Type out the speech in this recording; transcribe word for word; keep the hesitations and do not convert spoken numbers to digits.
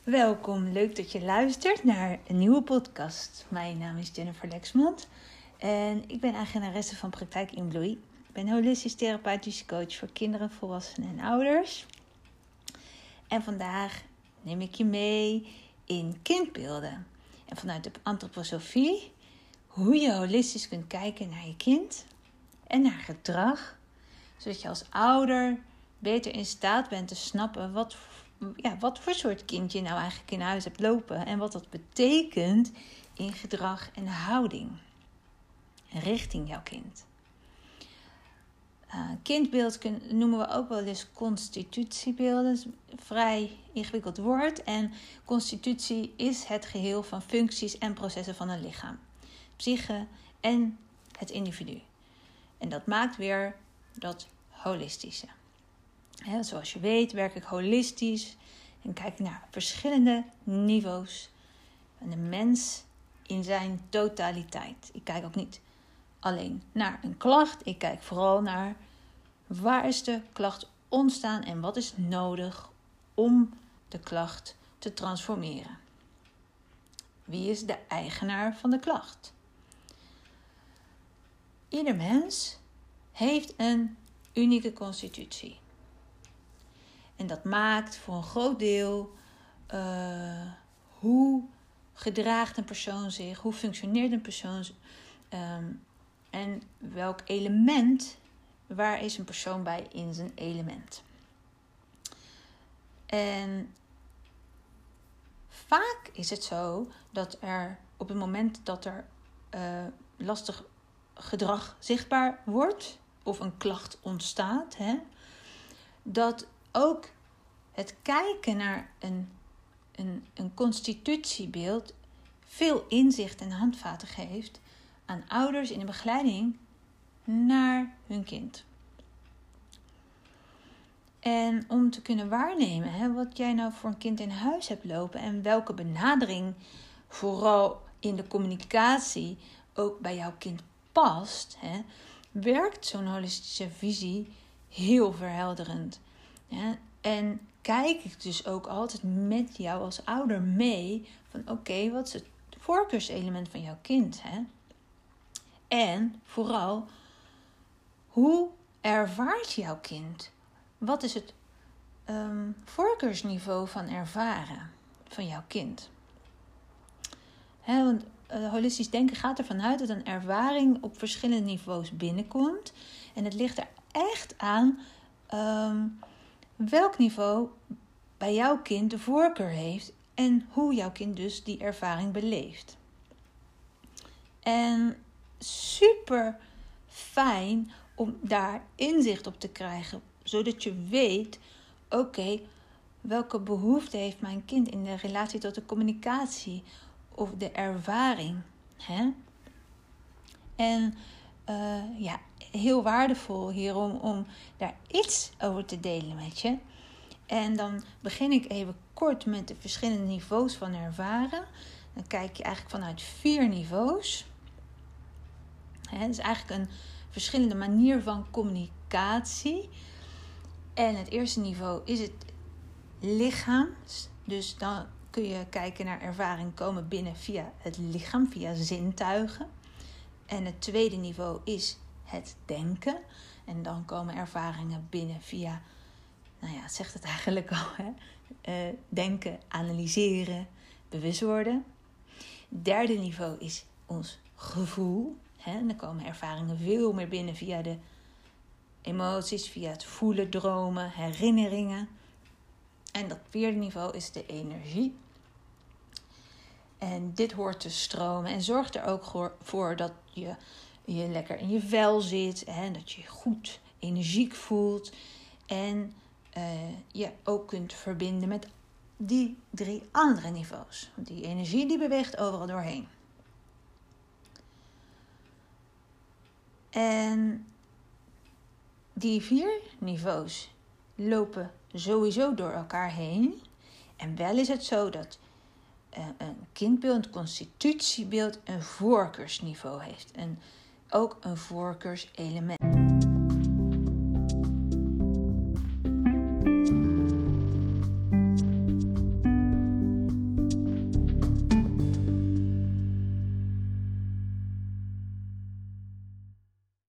Welkom, leuk dat je luistert naar een nieuwe podcast. Mijn naam is Jennifer Lexmond en ik ben eigenaresse van Praktijk in Bloei. Ik ben holistisch therapeutische coach voor kinderen, volwassenen en ouders. En vandaag neem ik je mee in kindbeelden. En vanuit de antroposofie, hoe je holistisch kunt kijken naar je kind en naar gedrag. Zodat je als ouder beter in staat bent te snappen wat, ja, wat voor soort kind je nou eigenlijk in huis hebt lopen. En wat dat betekent in gedrag en houding richting jouw kind. Uh, kindbeeld kun, noemen we ook wel eens constitutiebeelden. Dat is een vrij ingewikkeld woord. En constitutie is het geheel van functies en processen van een lichaam. Psyche en het individu. En dat maakt weer dat holistische. He, zoals je weet werk ik holistisch en kijk naar verschillende niveaus van de mens in zijn totaliteit. Ik kijk ook niet alleen naar een klacht. Ik kijk vooral naar waar is de klacht ontstaan en wat is nodig om de klacht te transformeren. Wie is de eigenaar van de klacht? Ieder mens heeft een unieke constitutie. En dat maakt voor een groot deel uh, hoe gedraagt een persoon zich, hoe functioneert een persoon um, en welk element, waar is een persoon bij in zijn element. En vaak is het zo dat er op het moment dat er uh, lastig gedrag zichtbaar wordt of een klacht ontstaat, hè, dat ook het kijken naar een, een, een constitutiebeeld veel inzicht en handvaten geeft aan ouders in de begeleiding naar hun kind. En om te kunnen waarnemen hè, wat jij nou voor een kind in huis hebt lopen en welke benadering vooral in de communicatie ook bij jouw kind past, hè, werkt zo'n holistische visie heel verhelderend. Ja, en kijk ik dus ook altijd met jou als ouder mee van oké, okay, wat is het voorkeurselement van jouw kind? Hè? En vooral, hoe ervaart jouw kind? Wat is het um, voorkeursniveau van ervaren van jouw kind? Hè, want uh, holistisch denken gaat ervan uit dat een ervaring op verschillende niveaus binnenkomt. En het ligt er echt aan um, welk niveau bij jouw kind de voorkeur heeft en hoe jouw kind dus die ervaring beleeft. En super fijn om daar inzicht op te krijgen, zodat je weet, oké, okay, welke behoefte heeft mijn kind in de relatie tot de communicatie of de ervaring. Hè? En uh, ja, heel waardevol hierom om daar iets over te delen met je. En dan begin ik even kort met de verschillende niveaus van ervaren. Dan kijk je eigenlijk vanuit vier niveaus. Het is eigenlijk een verschillende manier van communicatie. En het eerste niveau is het lichaam. Dus dan kun je kijken naar ervaring komen binnen via het lichaam, via zintuigen. En het tweede niveau is het denken. En dan komen ervaringen binnen via, nou ja, het zegt het eigenlijk al, hè? Uh, denken, analyseren, bewust worden. Het derde niveau is ons gevoel. Hè? En dan komen ervaringen veel meer binnen via de emoties, via het voelen, dromen, herinneringen. En dat vierde niveau is de energie. En dit hoort te stromen en zorgt er ook voor dat je je lekker in je vel zit. En dat je je goed energiek voelt. En uh, je ook kunt verbinden met die drie andere niveaus. Want die energie die beweegt overal doorheen. En die vier niveaus lopen sowieso door elkaar heen. En wel is het zo dat uh, een kindbeeld, een constitutiebeeld, een voorkeursniveau heeft. En ook een voorkeurselement.